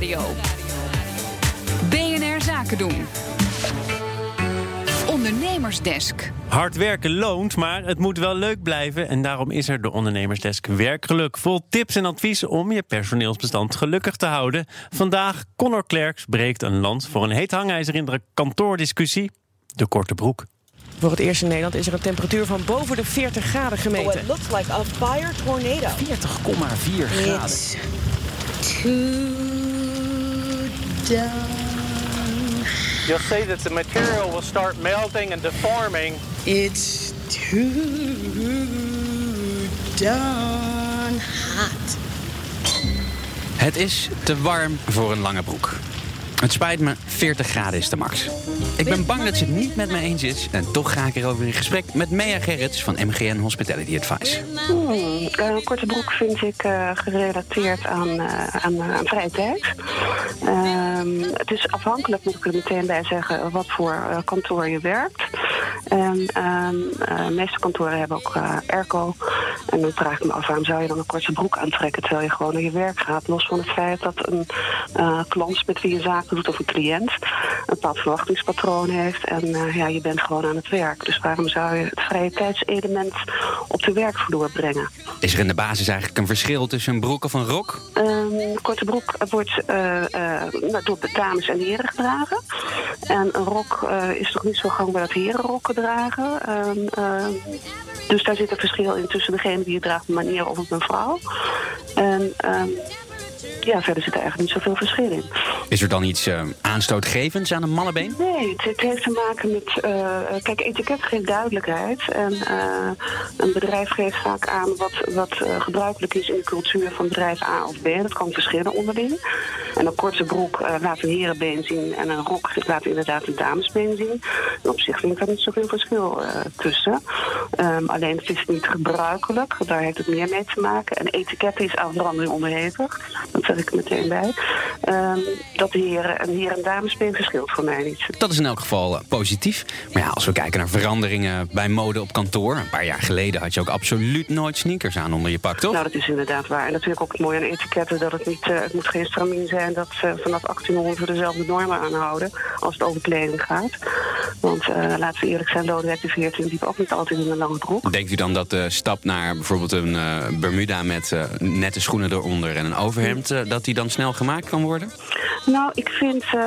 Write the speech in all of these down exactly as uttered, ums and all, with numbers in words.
Nieuwsradio. B N R Zaken doen. Ondernemersdesk. Hard werken loont, maar het moet wel leuk blijven. En daarom is er de Ondernemersdesk Werkgeluk. Vol tips en advies om je personeelsbestand gelukkig te houden. Vandaag Connor Klerks breekt een lans voor een heet hangijzer in de kantoordiscussie. De korte broek. Voor het eerst in Nederland is er een temperatuur van boven de veertig graden gemeten. Oh, it looks like a fire tornado. veertig komma vier graden. It's too done. You'll see that the material will start melting and deforming. It's too done hot. Het is te warm voor een lange broek. Het spijt me, veertig graden is de max. Ik ben bang dat ze het niet met me eens is. En toch ga ik erover in gesprek met Mea Gerrits van M G N Hospitality Advice. Hmm, een korte broek vind ik uh, gerelateerd aan, uh, aan, uh, aan vrije tijd. Um, het is afhankelijk, moet ik er meteen bij zeggen, wat voor uh, kantoor je werkt. En um, uh, de meeste kantoren hebben ook uh, airco. En dan vraag ik me af, waarom zou je dan een korte broek aantrekken terwijl je gewoon naar je werk gaat? Los van het feit dat een uh, klant met wie je zaken doet of een cliënt een bepaald verwachtingspatroon heeft. En uh, ja, je bent gewoon aan het werk. Dus waarom zou je het vrije tijdselement op de werkvloer brengen? Is er in de basis eigenlijk een verschil tussen een broek of een rok? Um, korte broek wordt uh, uh, door de dames en heren gedragen. En een rok uh, is toch niet zo gangbaar dat heren rokken dragen. Um, uh, dus daar zit een verschil in tussen degene die het draagt, een meneer of een vrouw. En um, ja, verder zit er eigenlijk niet zoveel verschil in. Is er dan iets uh, aanstootgevends aan een mannenbeen? Nee, het, het heeft te maken met... Uh, kijk, etiket geeft duidelijkheid. En uh, een bedrijf geeft vaak aan wat, wat uh, gebruikelijk is in de cultuur van bedrijf A of B. Dat kan verschillen onderling. En een korte broek uh, laat een herenbeen zien en een rok laat inderdaad een damesbeen zien. En op zich vind ik daar niet zoveel verschil uh, tussen. Um, alleen het is niet gebruikelijk. Daar heeft het meer mee te maken. En etiket is aan verandering onderhevig. Dat zeg ik er meteen bij. Um, dat de heren en heren en damesbeen verschilt voor mij niet. Dat is in elk geval uh, positief. Maar ja, als we kijken naar veranderingen bij mode op kantoor. Een paar jaar geleden had je ook absoluut nooit sneakers aan onder je pak, toch? Nou, dat is inderdaad waar. En natuurlijk ook mooi aan etiketten dat het niet... Uh, het moet geen stramien zijn dat uh, vanaf achttienhonderd we dezelfde normen aanhouden als het over kleding gaat. Want uh, laten we eerlijk zijn, Lodewijk de veertiende liep ook niet altijd in een lange broek. Denkt u dan dat de stap naar bijvoorbeeld een uh, Bermuda met uh, nette schoenen eronder en een overhemd, uh, dat die dan snel gemaakt kan worden? Nou, ik vind... Uh,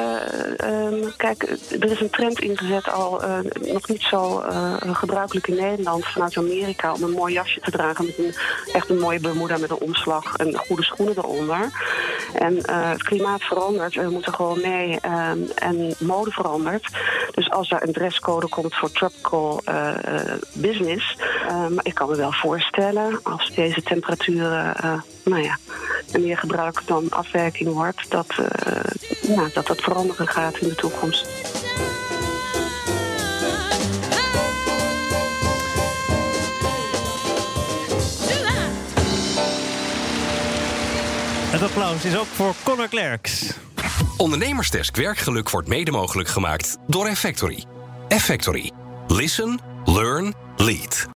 um, kijk, er is een trend ingezet al uh, nog niet zo uh, gebruikelijk in Nederland vanuit Amerika om een mooi jasje te dragen met een echt een mooie Bermuda met een omslag en goede schoenen eronder. En uh, het klimaat verandert, we moeten gewoon mee um, en mode verandert. Dus als er een dresscode komt voor tropical uh, uh, business, uh, maar ik kan me wel voorstellen als deze temperaturen, uh, nou ja, meer gebruik dan afwerking wordt, dat, uh, ja, dat dat veranderen gaat in de toekomst. Het applaus is ook voor Connor Klerks. Ondernemersdesk Werkgeluk wordt mede mogelijk gemaakt door Effectory. Effectory. Listen, learn, lead.